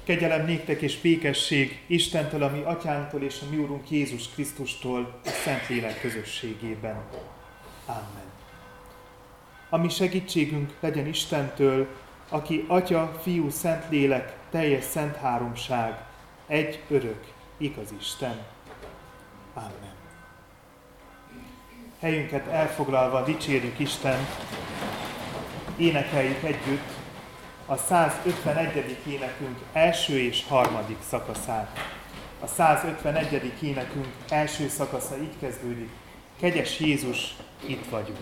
Kegyelem néktek és békesség Istentől, a mi atyánktól és a mi Úrunk Jézus Krisztustól a Szentlélek közösségében. Amen. A mi segítségünk legyen Istentől, aki Atya, Fiú, Szentlélek, teljes szent háromság, egy örök, igaz Isten. Amen. Helyünket elfoglalva dicsérjük Istent, énekeljük együtt a 151. énekünk első és harmadik szakaszát. A 151. énekünk első szakasza így kezdődik: Kegyes Jézus, itt vagyunk.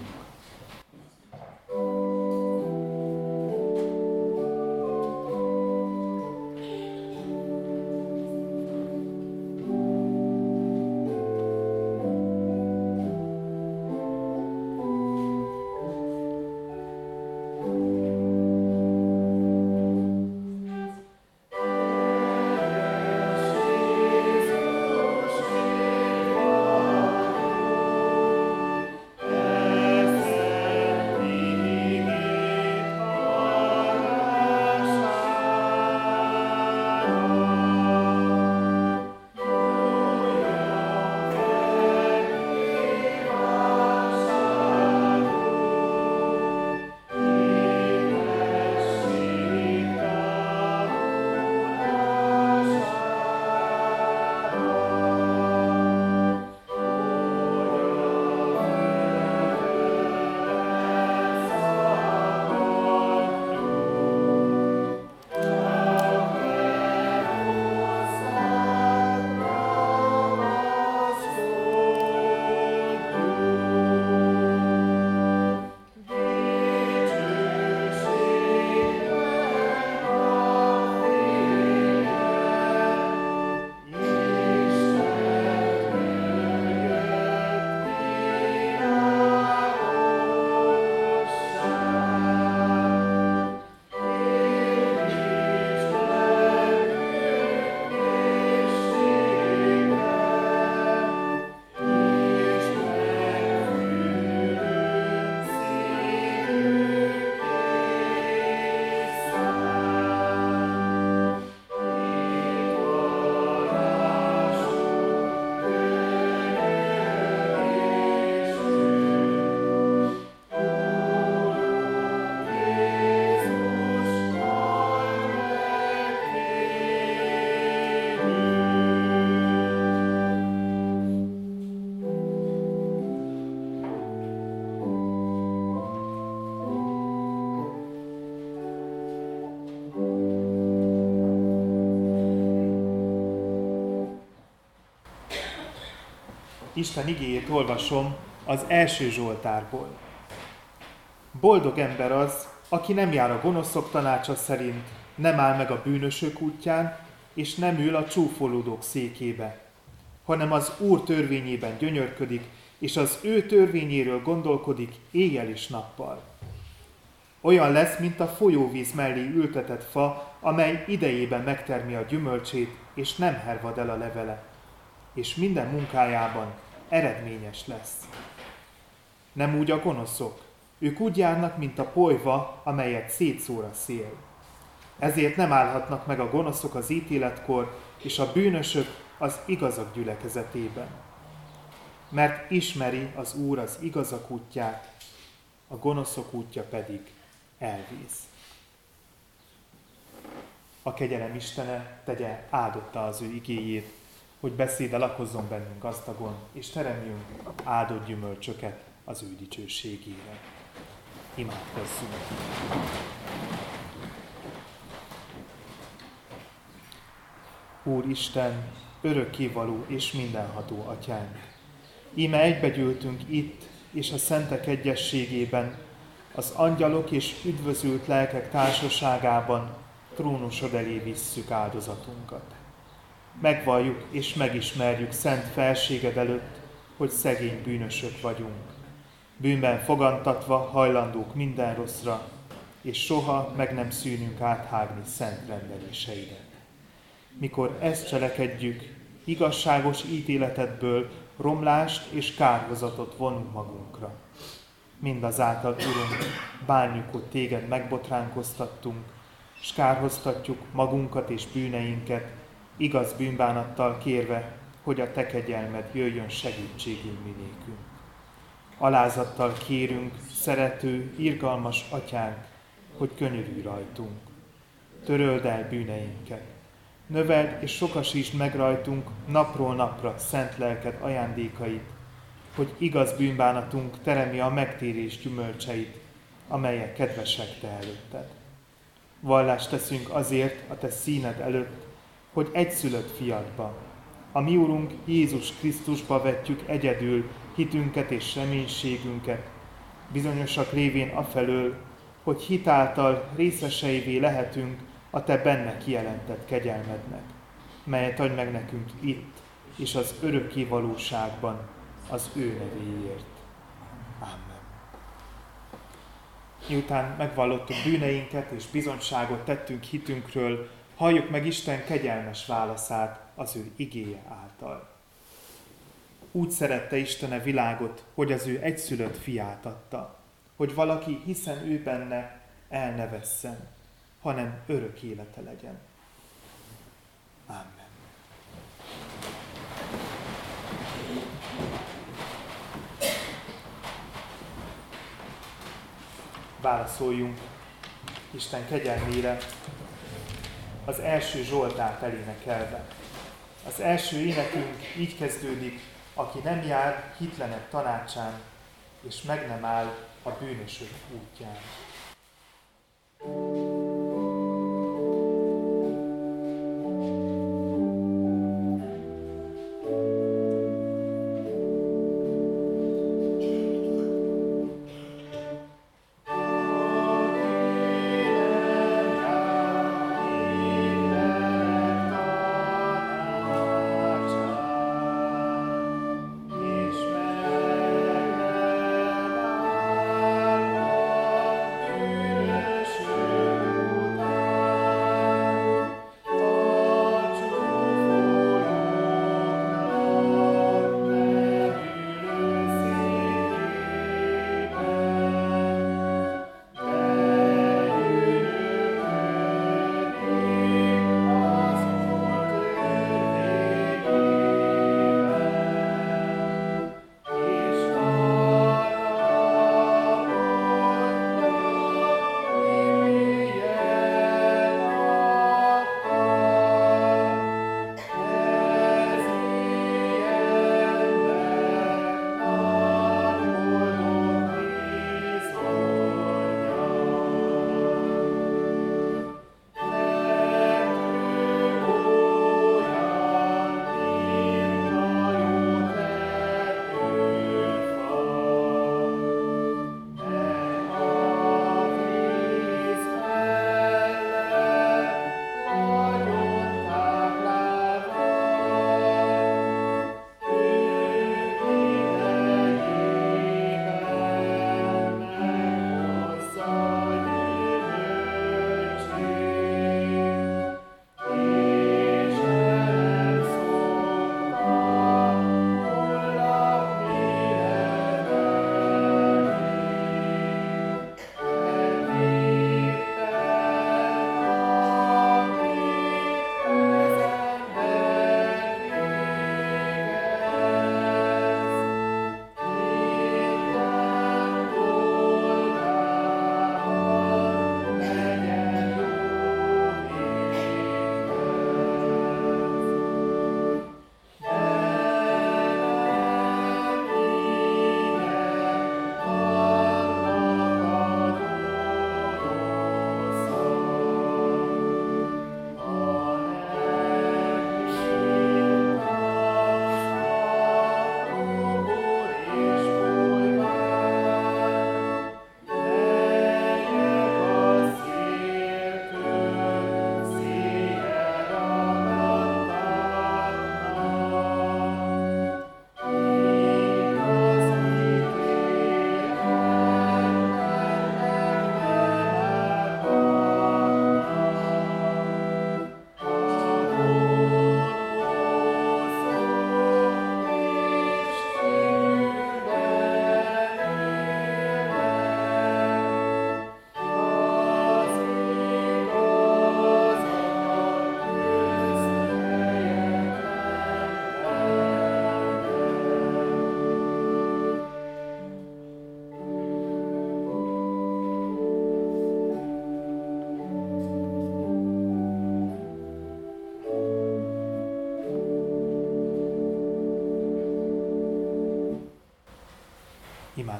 Isten igéjét olvasom az első Zsoltárból. Boldog ember az, aki nem jár a gonoszok tanácsa szerint, nem áll meg a bűnösök útján, és nem ül a csúfolódók székébe, hanem az Úr törvényében gyönyörködik, és az ő törvényéről gondolkodik éjjel és nappal. Olyan lesz, mint a folyóvíz mellé ültetett fa, amely idejében megtermi a gyümölcsét, és nem hervad el a levele, és minden munkájában eredményes lesz. Nem úgy a gonoszok, ők úgy járnak, mint a polyva, amelyet szétszór a szél. Ezért nem állhatnak meg a gonoszok az ítéletkor, és a bűnösök az igazak gyülekezetében. Mert ismeri az Úr az igazak útját, a gonoszok útja pedig elvész. A kegyelem Istene tegye áldotta az ő igéjét, hogy beszéde lakozzon bennünk gazdagon, és teremjünk áldott gyümölcsöket az ő dicsőségére. Imádkozzunk! Úr Isten, örökkévaló és mindenható Atyánk! Íme egybegyűltünk itt és a szentek egyességében, az angyalok és üdvözült lelkek társaságában trónusod elé visszük áldozatunkat. Megvalljuk és megismerjük szent felséged előtt, hogy szegény bűnösök vagyunk. Bűnben fogantatva hajlandók minden rosszra, és soha meg nem szűnünk áthágni szent rendeléseidet. Mikor ezt cselekedjük, igazságos ítéletedből romlást és kárhozatot vonunk magunkra. Mindazáltal, Urunk, bánjuk, hogy téged megbotránkoztattunk, s kárhoztatjuk magunkat és bűneinket, igaz bűnbánattal kérve, hogy a te kegyelmed jöjjön segítségül minékünk. Alázattal kérünk, szerető, irgalmas atyánk, hogy könyörülj rajtunk. Töröld el bűneinket. Növeld és sokasítsd meg rajtunk napról napra szent lelked ajándékait, hogy igaz bűnbánatunk teremi a megtérés gyümölcseit, amelyek kedvesek te előtted. Vallást teszünk azért a te színed előtt, hogy egyszülött fiadba, a mi Urunk Jézus Krisztusba vetjük egyedül hitünket és reménységünket, bizonyosak lévén afelől, hogy hitáltal részeseivé lehetünk a te benne kijelentett kegyelmednek, melyet adj meg nekünk itt és az örökké valóságban az ő nevéért. Amen. Miután megvallottuk bűneinket és bizonyságot tettünk hitünkről, halljuk meg Isten kegyelmes válaszát az ő igéje által. Úgy szerette Isten a világot, hogy az ő egyszülött fiát adta, hogy valaki, hiszen ő benne, el ne vesszen, hanem örök élete legyen. Amen. Válaszoljunk Isten kegyelmére az első Zsoltárt elénekelve. Az első énekünk így kezdődik: aki nem jár hitlenek tanácsán, és meg nem áll a bűnösök útján.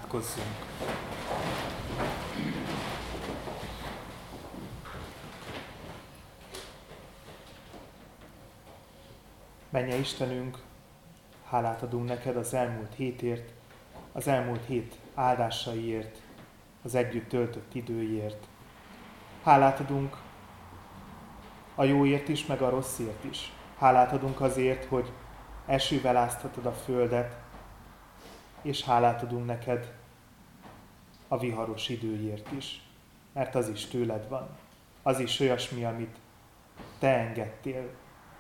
Imádkozzunk! Mennyei Istenünk, hálát adunk neked az elmúlt hétért, az elmúlt hét áldásaiért, az együtt töltött időért. Hálát adunk a jóért is, meg a rosszért is. Hálát adunk azért, hogy esővel áztatod a földet, és hálát adunk neked a viharos időért is, mert az is tőled van. Az is olyasmi, amit te engedtél.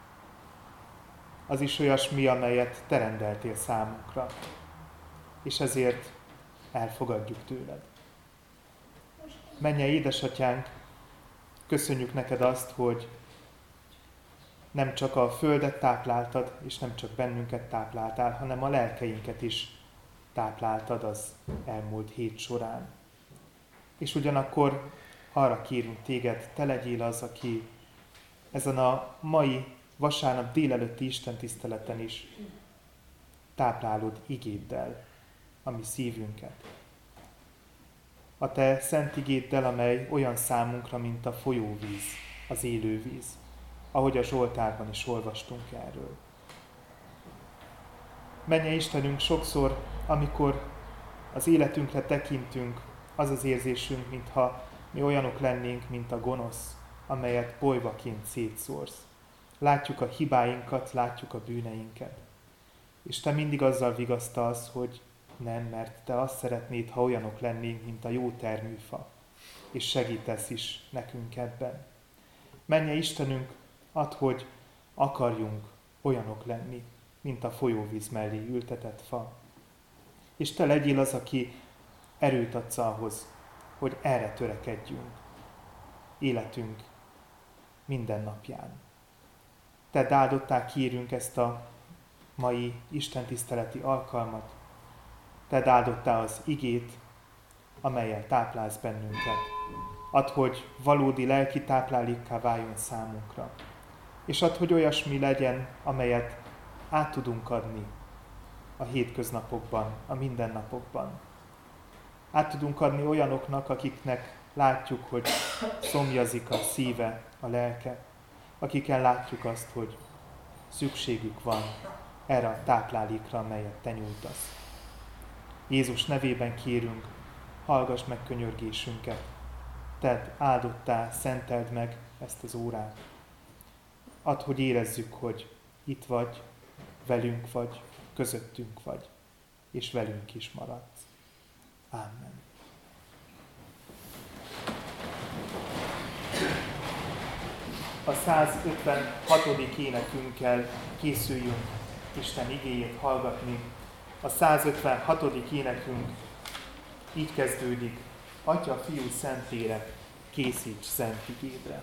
Az is olyasmi, amelyet te rendeltél számunkra. És ezért elfogadjuk tőled. Mennyei édesatyánk, köszönjük neked azt, hogy nem csak a földet tápláltad, és nem csak bennünket tápláltál, hanem a lelkeinket is tápláltad az elmúlt hét során. És ugyanakkor arra kérünk téged, te legyél az, aki ezen a mai vasárnap délelőtti istentiszteleten is táplálod igéddel a mi szívünket. A te szent igéddel, amely olyan számunkra, mint a folyóvíz, az élővíz, ahogy a Zsoltárban is olvastunk erről. Mennyei Istenünk, sokszor, amikor az életünkre tekintünk, az az érzésünk, mintha mi olyanok lennénk, mint a gonosz, amelyet bolyvaként szétszórsz. Látjuk a hibáinkat, látjuk a bűneinket. És te mindig azzal vigasztalsz, hogy nem, mert te azt szeretnéd, ha olyanok lennénk, mint a jó termőfa, és segítesz is nekünk ebben. Mennyei Istenünk, add, hogy akarjunk olyanok lenni, mint a folyóvíz mellé ültetett fa. És te legyél az, aki erőt adsz ahhoz, hogy erre törekedjünk életünk minden napján. Te áldottá kérünk ezt a mai istentiszteleti alkalmat. Te áldottá az igét, amellyel táplálsz bennünket. Add, hogy valódi lelki táplálékká váljon számunkra. És add, hogy olyasmi legyen, amelyet át tudunk adni a hétköznapokban, a mindennapokban. Át tudunk adni olyanoknak, akiknek látjuk, hogy szomjazik a szíve, a lelke, akiken látjuk azt, hogy szükségük van erre a táplálékra, amelyet te nyújtasz. Jézus nevében kérünk, hallgass meg könyörgésünket, tedd áldottá, szenteld meg ezt az órát. Add, hogy érezzük, hogy itt vagy, velünk vagy, közöttünk vagy, és velünk is maradsz. Amen. A 156. énekünkkel készüljünk Isten igéjét hallgatni. A 156. énekünk így kezdődik: Atya, Fiú, Szentlélek, készíts szent igédre.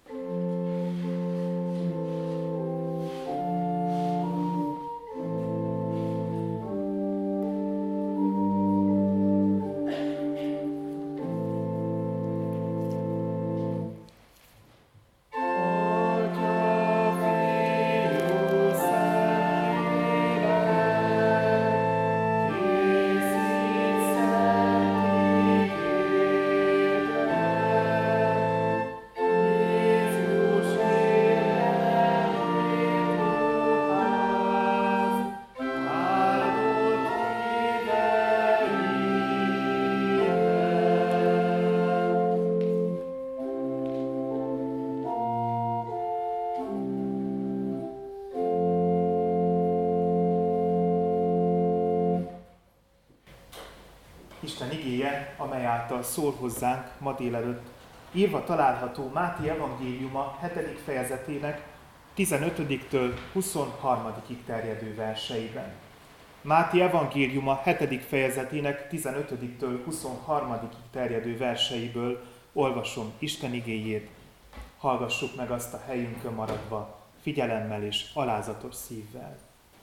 Isten igéje, amely által szól hozzánk ma délelőtt, írva található Máté evangéliuma 7. fejezetének 15-től 23-ig terjedő verseiben. Máté evangéliuma 7. fejezetének 15-től 23-ig terjedő verseiből olvasom Isten igéjét. Hallgassuk meg azt a helyünkön maradva, figyelemmel és alázatos szívvel.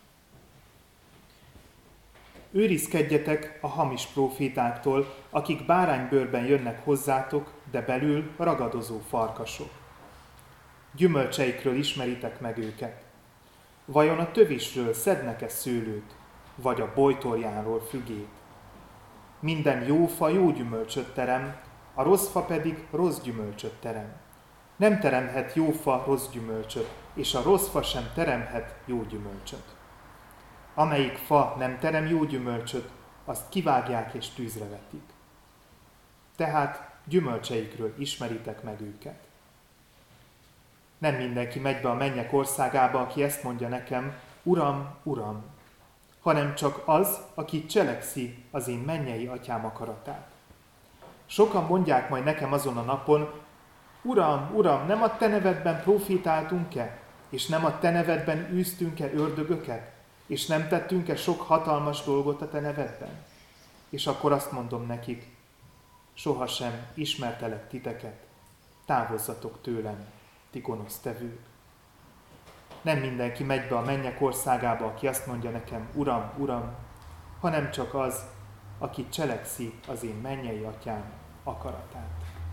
Őrizkedjetek a hamis prófétáktól, akik báránybőrben jönnek hozzátok, de belül ragadozó farkasok. Gyümölcseikről ismeritek meg őket. Vajon a tövisről szednek-e szőlőt, vagy a bojtorjáról fügét? Minden jó fa jó gyümölcsöt terem, a rossz fa pedig rossz gyümölcsöt terem. Nem teremhet jó fa rossz gyümölcsöt, és a rossz fa sem teremhet jó gyümölcsöt. Amelyik fa nem terem jó gyümölcsöt, azt kivágják és tűzre vetik. Tehát gyümölcseikről ismeritek meg őket. Nem mindenki megy be a mennyek országába, aki ezt mondja nekem, Uram, Uram, hanem csak az, aki cselekszi az én mennyei atyám akaratát. Sokan mondják majd nekem azon a napon, Uram, Uram, nem a te nevedben profétáltunk-e, és nem a te nevedben űztünk-e ördögöket, és nem tettünk-e sok hatalmas dolgot a te nevedben? És akkor azt mondom nekik, sohasem ismertelek titeket, távozzatok tőlem, ti gonosz tevők. Nem mindenki megy be a mennyek országába, aki azt mondja nekem, Uram, Uram, hanem csak az, aki cselekszi az én mennyei atyám akaratát.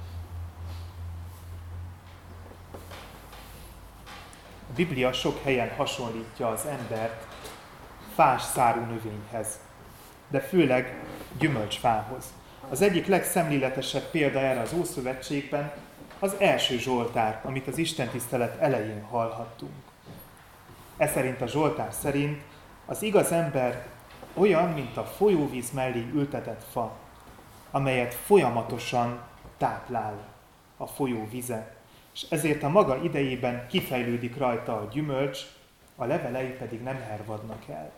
A Biblia sok helyen hasonlítja az embert fás szárú növényhez, de főleg gyümölcsfához. Az egyik legszemléletesebb példa erre az Ószövetségben az első Zsoltár, amit az istentisztelet elején hallhattunk. Ez szerint a Zsoltár szerint az igaz ember olyan, mint a folyóvíz mellé ültetett fa, amelyet folyamatosan táplál a folyó vize, és ezért a maga idejében kifejlődik rajta a gyümölcs, a levelei pedig nem hervadnak el.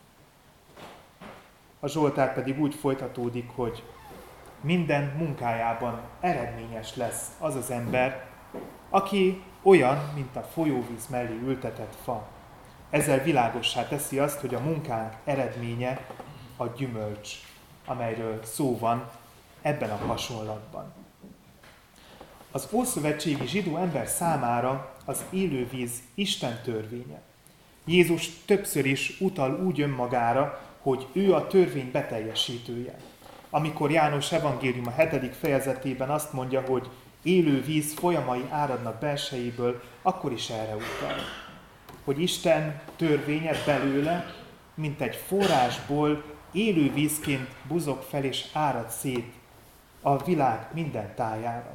A Zsoltár pedig úgy folytatódik, hogy minden munkájában eredményes lesz az az ember, aki olyan, mint a folyóvíz mellé ültetett fa. Ezzel világossá teszi azt, hogy a munkánk eredménye a gyümölcs, amelyről szó van ebben a hasonlatban. Az ószövetségi zsidó ember számára az élővíz Isten törvénye. Jézus többször is utal úgy önmagára, hogy ő a törvény beteljesítője. Amikor János evangélium a 7. fejezetében azt mondja, hogy élő víz folyamai áradnak belsejéből, akkor is erre utal. Hogy Isten törvénye belőle, mint egy forrásból élő vízként buzog fel és árad szét a világ minden tájára.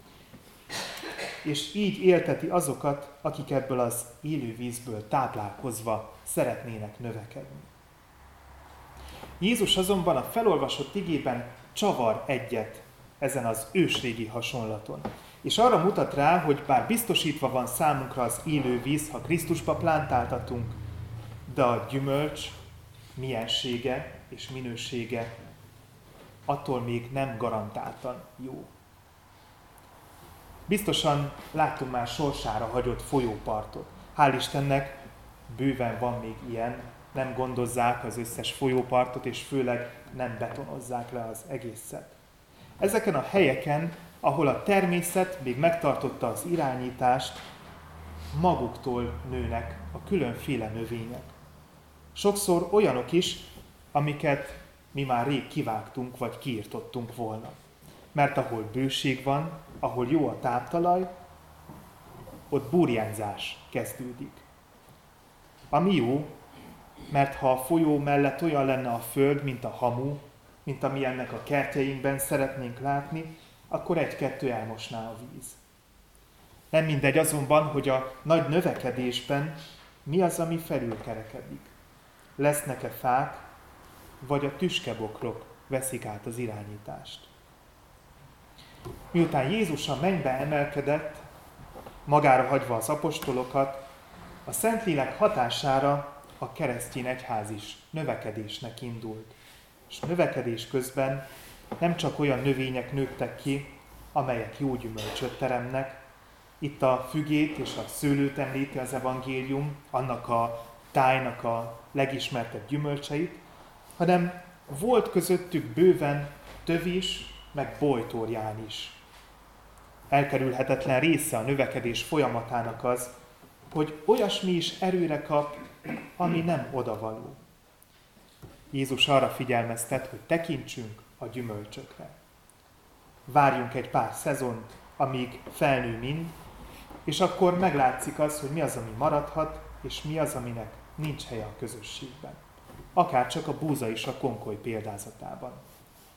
És így élteti azokat, akik ebből az élő vízből táplálkozva szeretnének növekedni. Jézus azonban a felolvasott igében csavar egyet ezen az ősrégi hasonlaton. És arra mutat rá, hogy bár biztosítva van számunkra az élő víz, ha Krisztusba plántáltatunk, de a gyümölcs miensége és minősége attól még nem garantáltan jó. Biztosan láttunk már sorsára hagyott folyópartot. Hál' Istennek bőven van még ilyen, nem gondozzák az összes folyópartot, és főleg nem betonozzák le az egészet. Ezeken a helyeken, ahol a természet még megtartotta az irányítást, maguktól nőnek a különféle növények. Sokszor olyanok is, amiket mi már rég kivágtunk, vagy kiirtottunk volna. Mert ahol bőség van, ahol jó a táptalaj, ott burjánzás kezdődik. Ami jó, mert ha a folyó mellett olyan lenne a föld, mint a hamu, mint ami ennek a kertjeinkben szeretnénk látni, akkor egy-kettő elmosná a víz. Nem mindegy azonban, hogy a nagy növekedésben mi az, ami felülkerekedik. Lesznek-e fák, vagy a tüskebokrok veszik át az irányítást. Miután Jézus a mennybe emelkedett, magára hagyva az apostolokat, a Szentlélek hatására a keresztény egyház is növekedésnek indult. És növekedés közben nem csak olyan növények nőttek ki, amelyek jó gyümölcsöt teremnek. Itt a fügét és a szőlőt említi az evangélium, annak a tájnak a legismertebb gyümölcseit, hanem volt közöttük bőven tövis, meg bojtorján is. Elkerülhetetlen része a növekedés folyamatának az, hogy olyasmi is erőre kap, ami nem odavaló. Jézus arra figyelmeztet, hogy tekintsünk a gyümölcsökre. Várjunk egy pár szezont, amíg felnő mind, és akkor meglátszik az, hogy mi az, ami maradhat, és mi az, aminek nincs helye a közösségben. Akár csak a búza és a konkoly példázatában.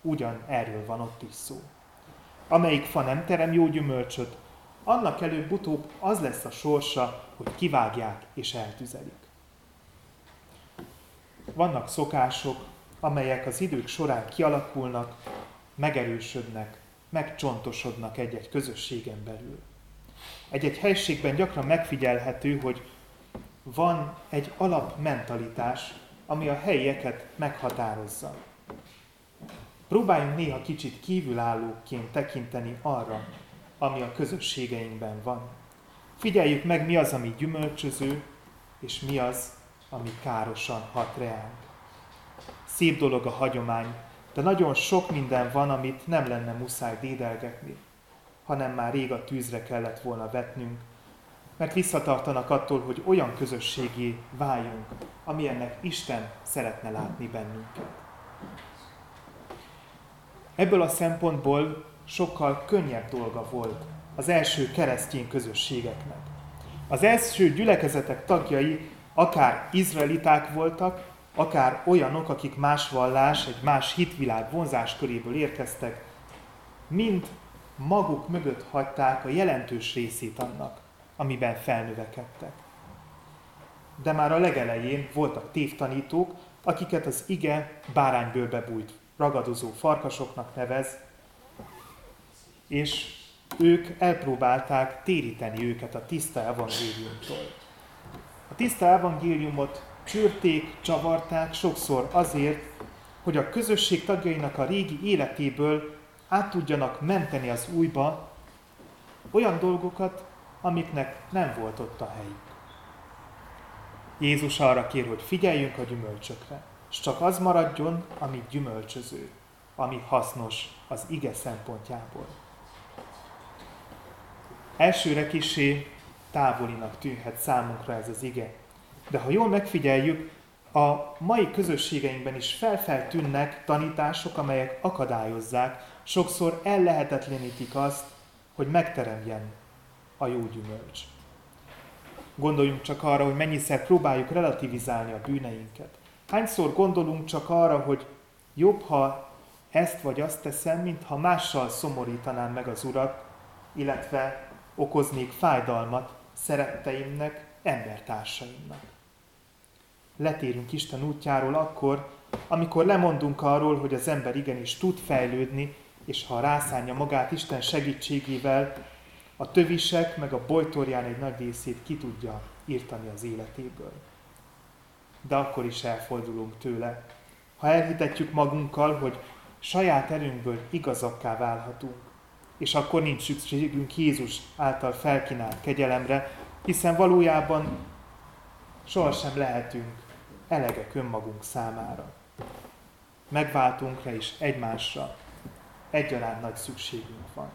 ugyan erről van ott is szó. Amelyik fa nem terem jó gyümölcsöt, annak előbb-utóbb az lesz a sorsa, hogy kivágják és eltüzelik. Vannak szokások, amelyek az idők során kialakulnak, megerősödnek, megcsontosodnak egy-egy közösségen belül. Egy-egy helységben gyakran megfigyelhető, hogy van egy alapmentalitás, ami a helyieket meghatározza. Próbáljunk néha kicsit kívülállóként tekinteni arra, ami a közösségeinkben van. Figyeljük meg, mi az, ami gyümölcsöző, és mi az, ami károsan hat reánk. Szép dolog a hagyomány, de nagyon sok minden van, amit nem lenne muszáj dédelgetni, hanem már rég a tűzre kellett volna vetnünk, mert visszatartanak attól, hogy olyan közösségé váljunk, amilyennek Isten szeretne látni bennünket. Ebből a szempontból sokkal könnyebb dolga volt az első keresztény közösségeknek. Az első gyülekezetek tagjai akár izraeliták voltak, akár olyanok, akik más vallás, egy más hitvilág vonzás köréből érkeztek, mind maguk mögött hagyták a jelentős részét annak, amiben felnövekedtek. De már a legelején voltak tévtanítók, akiket az ige báránybőlbe bújt ragadozó farkasoknak nevez, és ők elpróbálták téríteni őket a tiszta evangéliumtól. A tiszta evangéliumot csürték, csavarták sokszor azért, hogy a közösség tagjainak a régi életéből át tudjanak menteni az újba olyan dolgokat, amiknek nem volt ott a helyük. Jézus arra kér, hogy figyeljünk a gyümölcsökre, és csak az maradjon, ami gyümölcsöző, ami hasznos az ige szempontjából. Elsőre kissé távolinak tűnhet számunkra ez az ige, de ha jól megfigyeljük, a mai közösségeinkben is feltűnnek tanítások, amelyek akadályozzák, sokszor ellehetetlenítik azt, hogy megteremjen a jó gyümölcs. Gondoljunk csak arra, hogy mennyiszer próbáljuk relativizálni a bűneinket. Hányszor gondolunk csak arra, hogy jobb, ha ezt vagy azt teszem, mint ha mással szomorítanám meg az Urat, illetve okoznék fájdalmat szeretteimnek, embertársaimnak. Letérünk Isten útjáról akkor, amikor lemondunk arról, hogy az ember igenis tud fejlődni, és ha rászánja magát Isten segítségével, a tövisek meg a bojtorján egy nagy részét ki tudja írtani az életéből. De akkor is elfordulunk tőle. Ha elhitetjük magunkkal, hogy saját erőnkből igazakká válhatunk, és akkor nincs szükségünk Jézus által felkínált kegyelemre, hiszen valójában sohasem lehetünk elegek önmagunk számára. Megváltunkra és egymásra egyaránt nagy szükségünk van.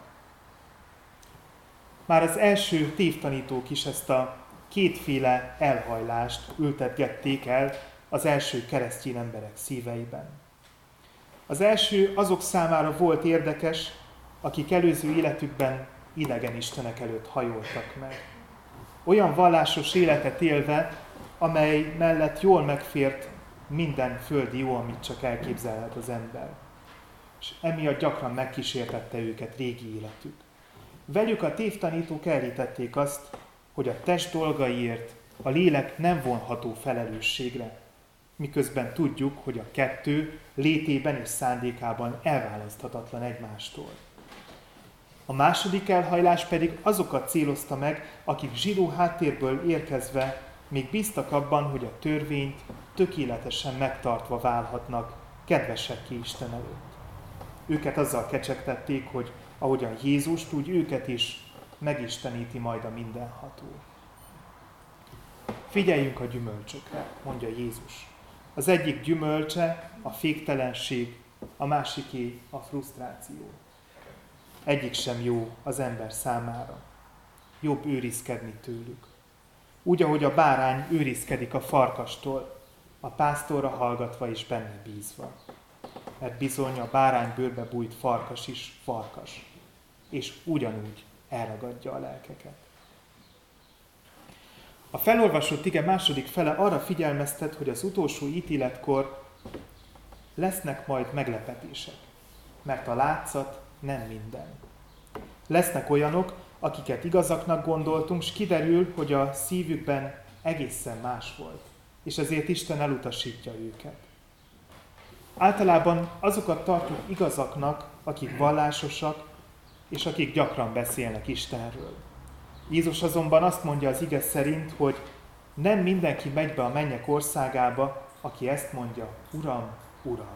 Már az első tévtanítók is ezt a kétféle elhajlást ültetgették el az első keresztény emberek szíveiben. Az első azok számára volt érdekes, akik előző életükben idegen istenek előtt hajoltak meg. Olyan vallásos életet élve, amely mellett jól megfért minden földi jó, amit csak elképzelhet az ember. És emiatt gyakran megkísértette őket régi életük. Velük a tévtanítók elhitették azt, hogy a test dolgaiért a lélek nem vonható felelősségre, miközben tudjuk, hogy a kettő létében és szándékában elválaszthatatlan egymástól. A második elhajlás pedig azokat célozta meg, akik zsidó háttérből érkezve még bíztak abban, hogy a törvényt tökéletesen megtartva válhatnak kedvesekké Isten előtt. Őket azzal kecsegtették, hogy ahogyan Jézust, úgy őket is megisteníti majd a mindenható. Figyeljünk a gyümölcsökre, mondja Jézus. Az egyik gyümölcse a féktelenség, a másiké a frusztráció. Egyik sem jó az ember számára. Jobb őrizkedni tőlük. Úgy, ahogy a bárány őrizkedik a farkastól, a pásztorra hallgatva és benne bízva. Mert bizony a bárány bőrbe bújt farkas is farkas, és ugyanúgy elragadja a lelkeket. A felolvasott ige második fele arra figyelmeztet, hogy az utolsó ítéletkor lesznek majd meglepetések. mert a látszat nem minden. Lesznek olyanok, akiket igazaknak gondoltunk, s kiderül, hogy a szívükben egészen más volt, és ezért Isten elutasítja őket. Általában azokat tartjuk igazaknak, akik vallásosak, és akik gyakran beszélnek Istenről. Jézus azonban azt mondja az ige szerint, hogy nem mindenki megy be a mennyek országába, aki ezt mondja, Uram, Uram.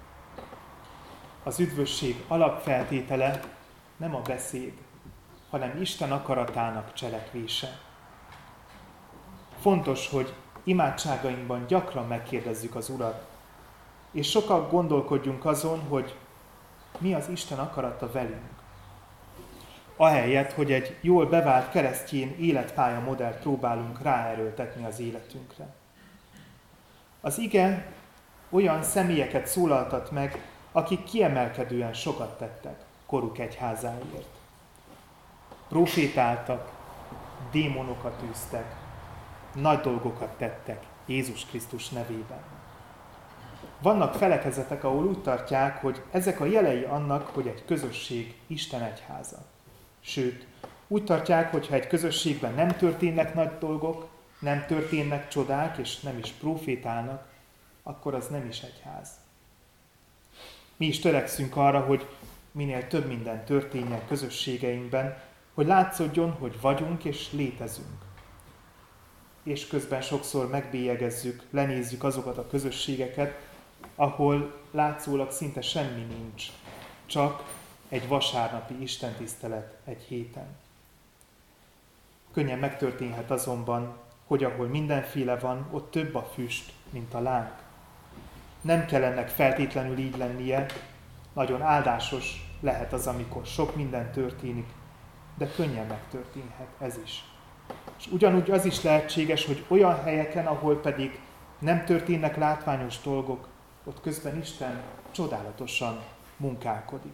Az üdvösség alapfeltétele nem a beszéd, hanem Isten akaratának cselekvése. Fontos, hogy imádságainkban gyakran megkérdezzük az Urat, és sokat gondolkodjunk azon, hogy mi az Isten akarata velünk. Ahelyett, hogy egy jól bevált keresztény életpálya modellt próbálunk ráerőltetni az életünkre. Az ige olyan személyeket szólaltat meg, akik kiemelkedően sokat tettek koruk egyházáért. Profétáltak, démonokat űztek, nagy dolgokat tettek Jézus Krisztus nevében. Vannak felekezetek, ahol úgy tartják, hogy ezek a jelei annak, hogy egy közösség Isten egyháza. Sőt, úgy tartják, hogy ha egy közösségben nem történnek nagy dolgok, nem történnek csodák, és nem is profétálnak, akkor az nem is egyház. Mi is törekszünk arra, hogy minél több minden történjen közösségeinkben, hogy látszódjon, hogy vagyunk és létezünk. És közben sokszor megbélyegezzük, lenézzük azokat a közösségeket, ahol látszólag szinte semmi nincs, csak egy vasárnapi istentisztelet egy héten. Könnyen megtörténhet azonban, hogy ahol mindenféle van, ott több a füst, mint a láng. Nem kell ennek feltétlenül így lennie, nagyon áldásos lehet az, amikor sok minden történik, de könnyen megtörténhet ez is. És ugyanúgy az is lehetséges, hogy olyan helyeken, ahol pedig nem történnek látványos dolgok, ott közben Isten csodálatosan munkálkodik.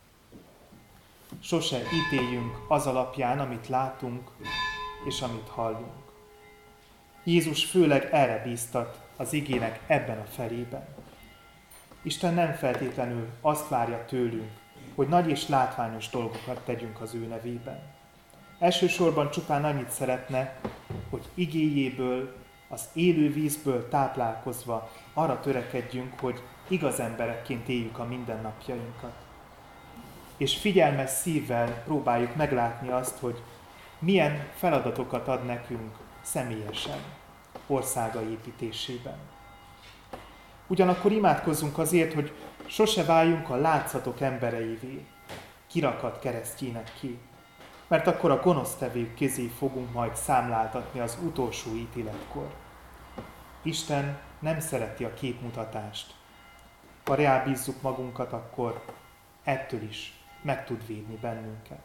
Sose ítéljünk az alapján, amit látunk és amit hallunk. Jézus főleg erre bíztat az igének ebben a felében. Isten nem feltétlenül azt várja tőlünk, hogy nagy és látványos dolgokat tegyünk az ő nevében. Elsősorban csupán annyit szeretne, hogy igéjéből, az élő vízből táplálkozva arra törekedjünk, hogy igaz emberekként éljük a mindennapjainkat. És figyelmes szívvel próbáljuk meglátni azt, hogy milyen feladatokat ad nekünk személyesen, országa építésében. Ugyanakkor imádkozzunk azért, hogy sose váljunk a látszatok embereivé, kirakat keresztjének ki, mert akkor a gonosztevők kezé fogunk majd számláltatni az utolsó ítéletkor. Isten nem szereti a képmutatást. Ha rábízzuk magunkat, akkor ettől is meg tud védni bennünket.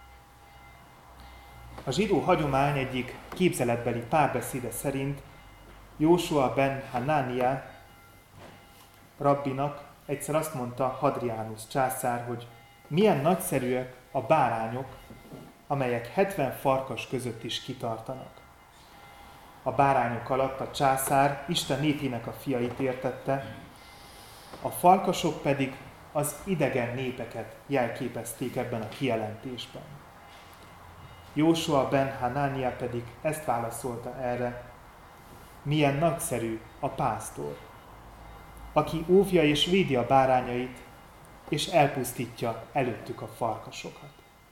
A zsidó hagyomány egyik képzeletbeli párbeszéde szerint Jósua ben Hanania rabbinak egyszer azt mondta Hadrianus császár, hogy milyen nagyszerűek a bárányok, amelyek 70 farkas között is kitartanak. A bárányok alatt a császár Isten népének a fiait értette, a farkasok pedig az idegen népeket jelképezték ebben a kijelentésben. Jósua ben Hanania pedig ezt válaszolta erre, milyen nagyszerű a pásztor, aki óvja és védi a bárányait, és elpusztítja előttük a farkasokat.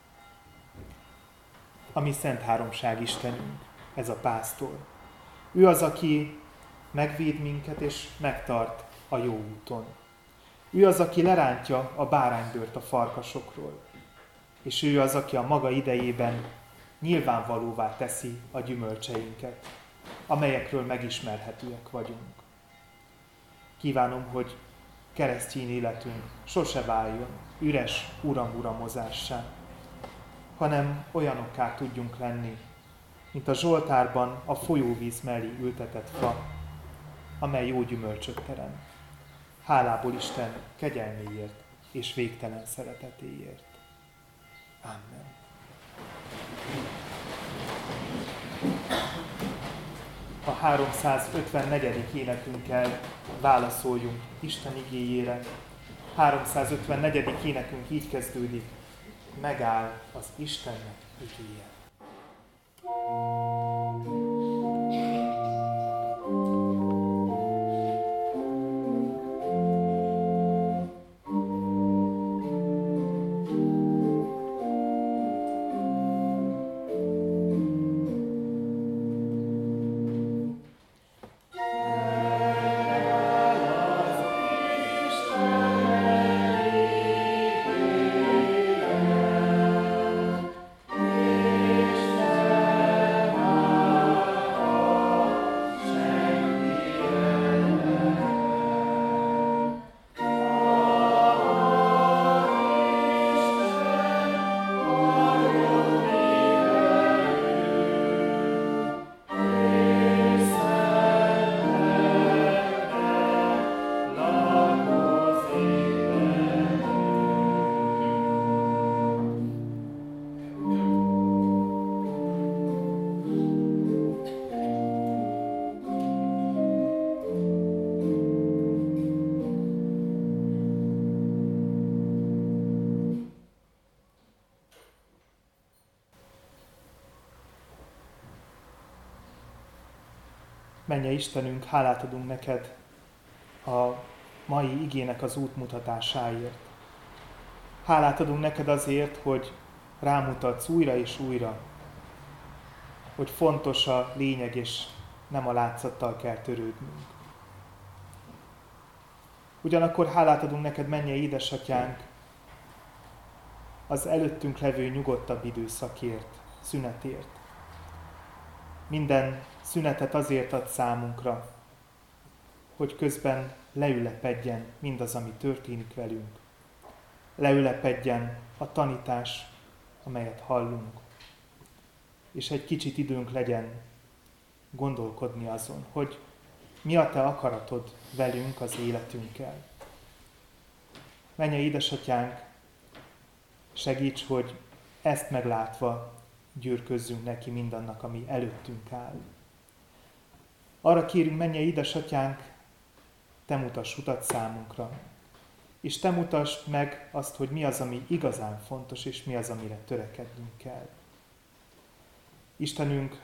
A mi szent háromság Istenünk, ez a pásztor. Ő az, aki megvéd minket és megtart a jó úton. Ő az, aki lerántja a báránybőrt a farkasokról. És ő az, aki a maga idejében nyilvánvalóvá teszi a gyümölcseinket, amelyekről megismerhetőek vagyunk. Kívánom, hogy keresztény életünk sose váljon üres uramozássá, hanem olyanokká tudjunk lenni, mint a Zsoltárban a folyóvíz mellé ültetett fa, amely jó gyümölcsöt terem. Hálából Isten kegyelméért és végtelen szeretetéért. Amen. A 354. énekünkkel válaszoljunk Isten igéjére, 354. énekünk így kezdődik: megáll az Istennek igéje. Mennyei Istenünk, hálát adunk neked a mai igének az útmutatásáért. Hálát adunk neked azért, hogy rámutatsz újra és újra, hogy fontos a lényeg, és nem a látszattal kell törődnünk. Ugyanakkor hálát adunk neked, mennyei édesatyánk, az előttünk levő nyugodtabb időszakért, szünetért. Minden szünetet azért ad számunkra, hogy közben leülepedjen mindaz, ami történik velünk. Leülepedjen a tanítás, amelyet hallunk. És egy kicsit időnk legyen gondolkodni azon, hogy mi a te akaratod velünk, az életünkkel. Mennyei édesatyánk, segíts, hogy ezt meglátva gyűrközzünk neki mindannak, ami előttünk áll. Arra kérünk, mennyei édesatyánk, te mutass utat számunkra, és te mutasd meg azt, hogy mi az, ami igazán fontos, és mi az, amire törekednünk kell. Istenünk,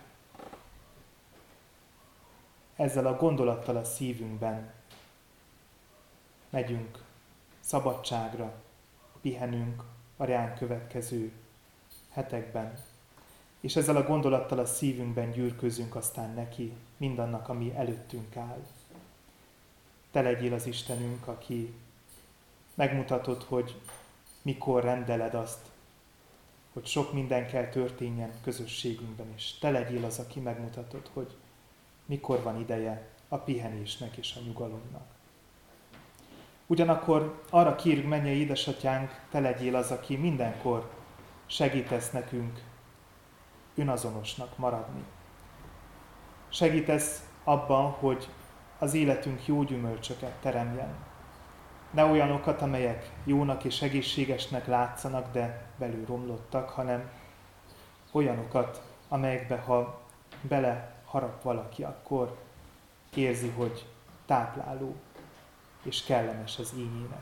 ezzel a gondolattal a szívünkben megyünk szabadságra, pihenünk a ránk következő hetekben, és ezzel a gondolattal a szívünkben gyűrközünk aztán neki mindannak, ami előttünk áll. Te legyél az Istenünk, aki megmutatod, hogy mikor rendeled azt, hogy sok minden kell történjen közösségünkben, és te legyél az, aki megmutatod, hogy mikor van ideje a pihenésnek és a nyugalomnak. Ugyanakkor arra kérünk, mennyei édesatyánk, te legyél az, aki mindenkor segítesz nekünk önazonosnak maradni. Segítesz abban, hogy az életünk jó gyümölcsöket teremjen. Ne olyanokat, amelyek jónak és egészségesnek látszanak, de belül romlottak, hanem olyanokat, amelyekbe, ha beleharap valaki, akkor érzi, hogy tápláló és kellemes az ínyének.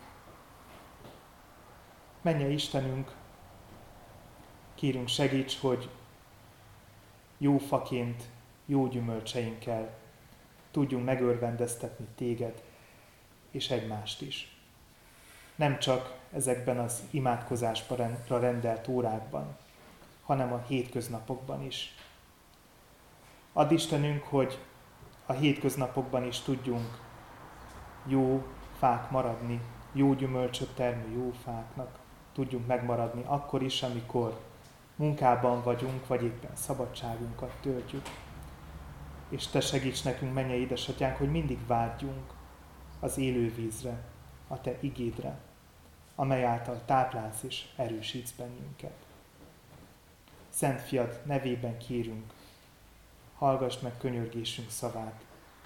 Mennyei Istenünk, kérünk, segíts, hogy jó faként, jó gyümölcseinkkel tudjunk megörvendeztetni téged és egymást is. Nem csak ezekben az imádkozásra rendelt órákban, hanem a hétköznapokban is. Add Istenünk, hogy a hétköznapokban is tudjunk jó fák maradni, jó gyümölcsöt termő jó fáknak tudjunk megmaradni akkor is, amikor munkában vagyunk, vagy éppen szabadságunkat töltjük. És te segíts nekünk, mennyei édesatyánk, hogy mindig vágyjunk az élő vízre, a te igédre, amely által táplálsz és erősítsz bennünket. Szent Fiad nevében kérünk, hallgass meg könyörgésünk szavát.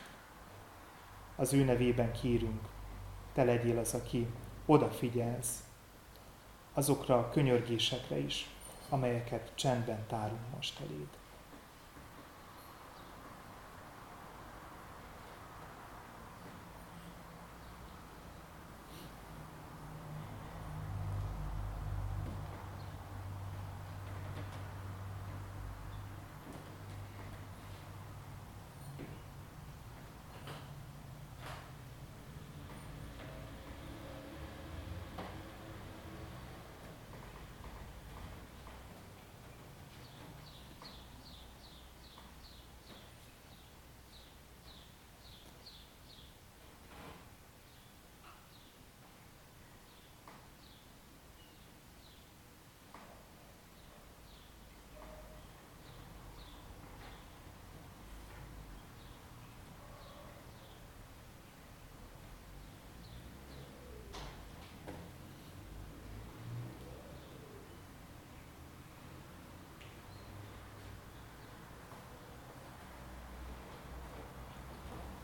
Az ő nevében kérünk, te legyél az, aki odafigyelsz azokra a könyörgésekre is, amelyeket csendben tárunk most eléd.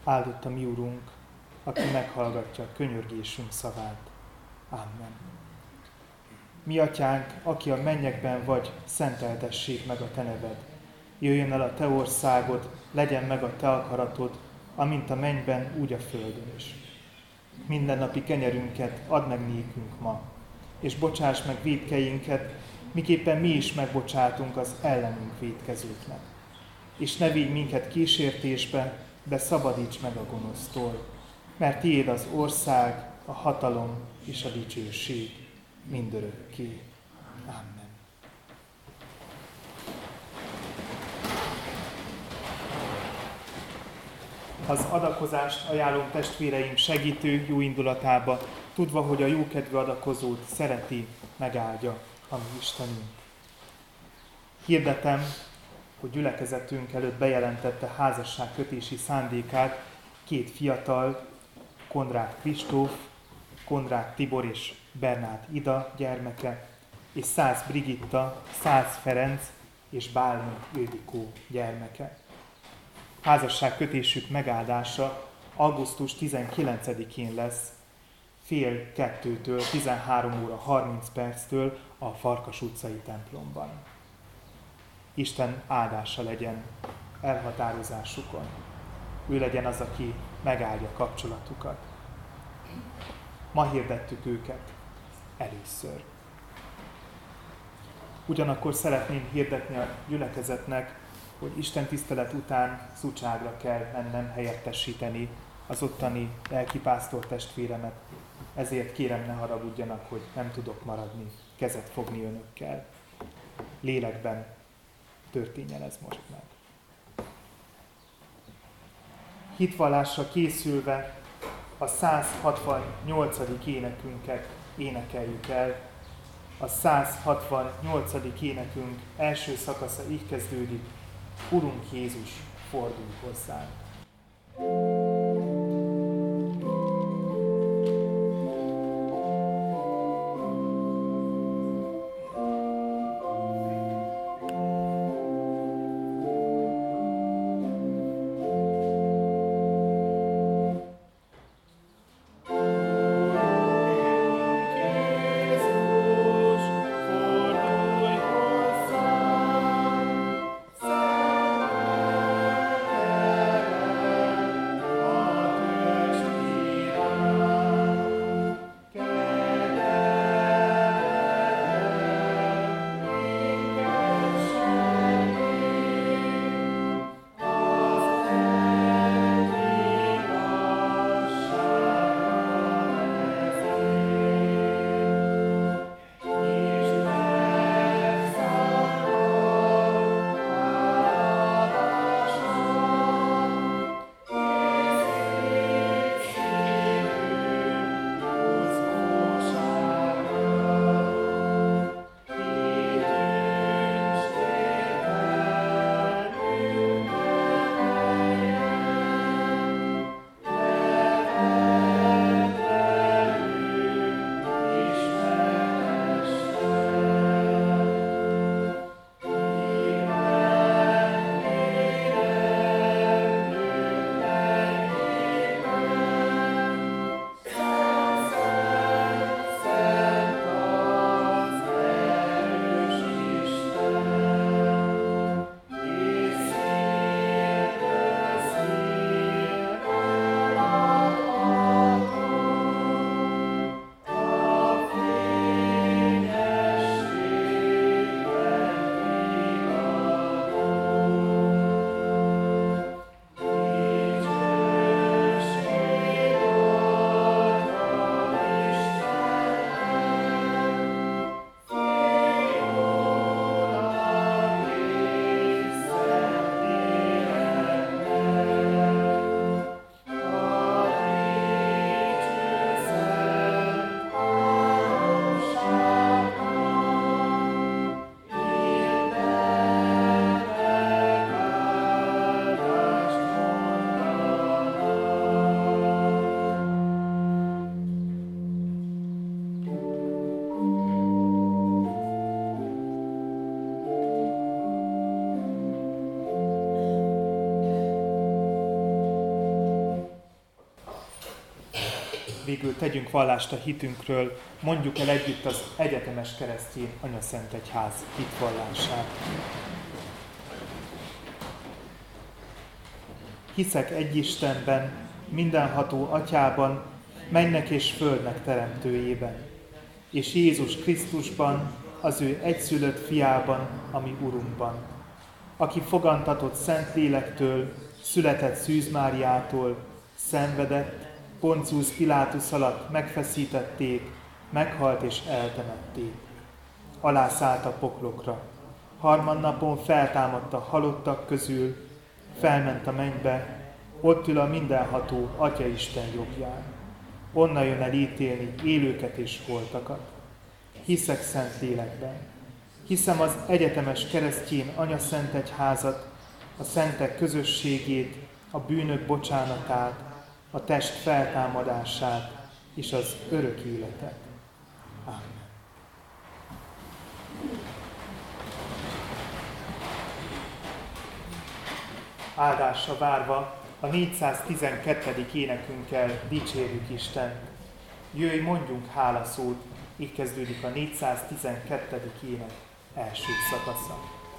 Áldott a mi Urunk, aki meghallgatja a könyörgésünk szavát. Amen. Mi atyánk, aki a mennyekben vagy, szenteltessék meg a te neved. Jöjjön el a te országod, legyen meg a te akaratod, amint a mennyben, úgy a földön is. Mindennapi kenyerünket add meg nékünk ma, és bocsáss meg vétkeinket, miképpen mi is megbocsátunk az ellenünk vétkezőknek. És ne vigy minket kísértésbe, de szabadíts meg a gonosztól, mert tiéd az ország, a hatalom és a dicsőség mindörökké. Amen. Az adakozást ajánlom testvéreim segítő jó indulatába, tudva, hogy a jókedvű adakozót szereti, megáldja a mi Istenünk. Hirdetem, hogy gyülekezetünk előtt bejelentette házasságkötési szándékát két fiatal, Kondrát Kristóf, Kondrát Tibor és Bernát Ida gyermeke, és Szász Brigitta, Szász Ferenc és Bálint Ildikó gyermeke. Házasságkötésük megáldása augusztus 19-én lesz, fél 2-től 13 óra 30 perctől a Farkas utcai templomban. Isten áldása legyen elhatározásukon. Ő legyen az, aki megáldja kapcsolatukat. Ma hirdettük őket először. Ugyanakkor szeretném hirdetni a gyülekezetnek, hogy Isten tisztelet után Szucságra kell mennem helyettesíteni az ottani lelkipásztor testvéremet. Ezért kérem, ne haragudjanak, hogy nem tudok maradni, kezet fogni önökkel. Lélekben történjen ez most meg. Hitvallásra készülve a 168. énekünket énekeljük el. A 168. énekünk első szakasza így kezdődik: Urunk Jézus, fordulj hozzánk! végül tegyünk vallást a hitünkről, mondjuk el együtt az egyetemes keresztény anyaszentegyház hitvallását. Hiszek egy Istenben, mindenható Atyában, mennek és földnek teremtőjében, és Jézus Krisztusban, az ő egyszülött fiában, ami Urunkban, aki fogantatott Szentlélektől, született Szűz Máriától, szenvedett, Poncius Pilátus alatt megfeszítették, meghalt és eltemették. Alászállt a poklokra. Harmadnapon feltámadt a halottak közül, felment a mennybe, ott ül a mindenható Atyaisten jobbján. Onnan jön el ítélni élőket és holtakat. Hiszek Szentlélekben. Hiszem az egyetemes keresztény anyaszentegyházat, a szentek közösségét, a bűnök bocsánatát, a test feltámadását és az örök életet. Ámen. Áldásra várva a 412. énekünkkel dicsérjük Istent. Jöjj, mondjunk hálaszót, így kezdődik a 412. ének első szakasza.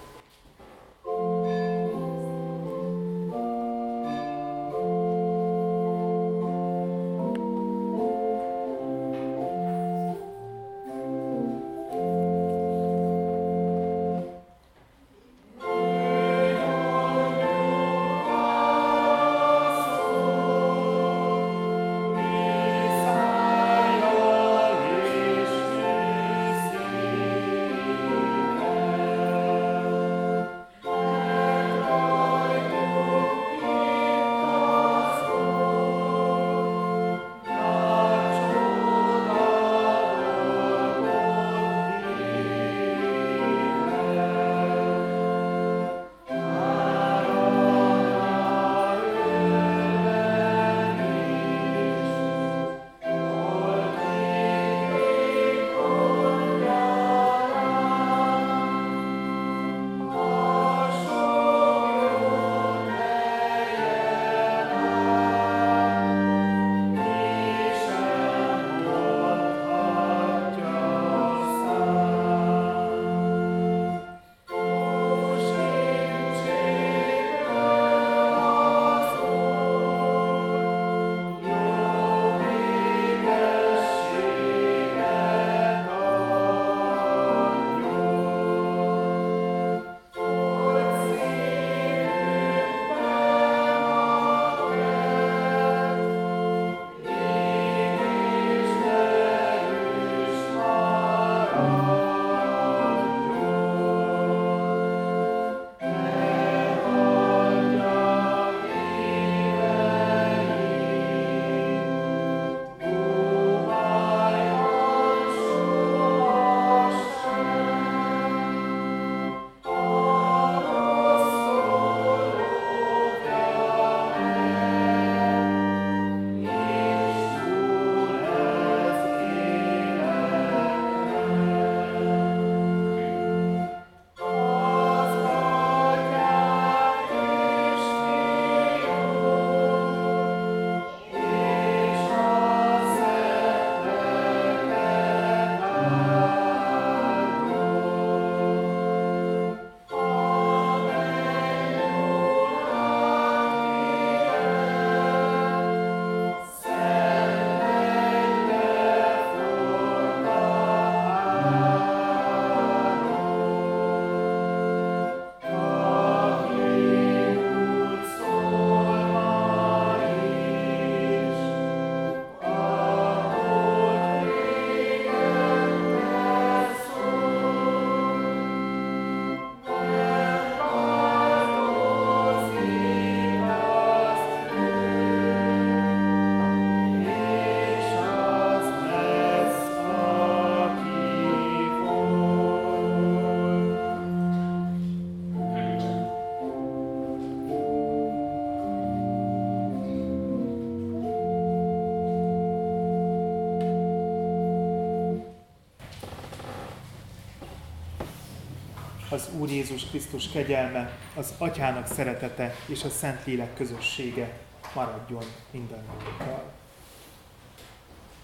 Az Úr Jézus Krisztus kegyelme, az Atyának szeretete és a Szentlélek közössége maradjon mindannyiunkkal.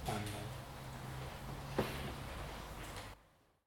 Amen.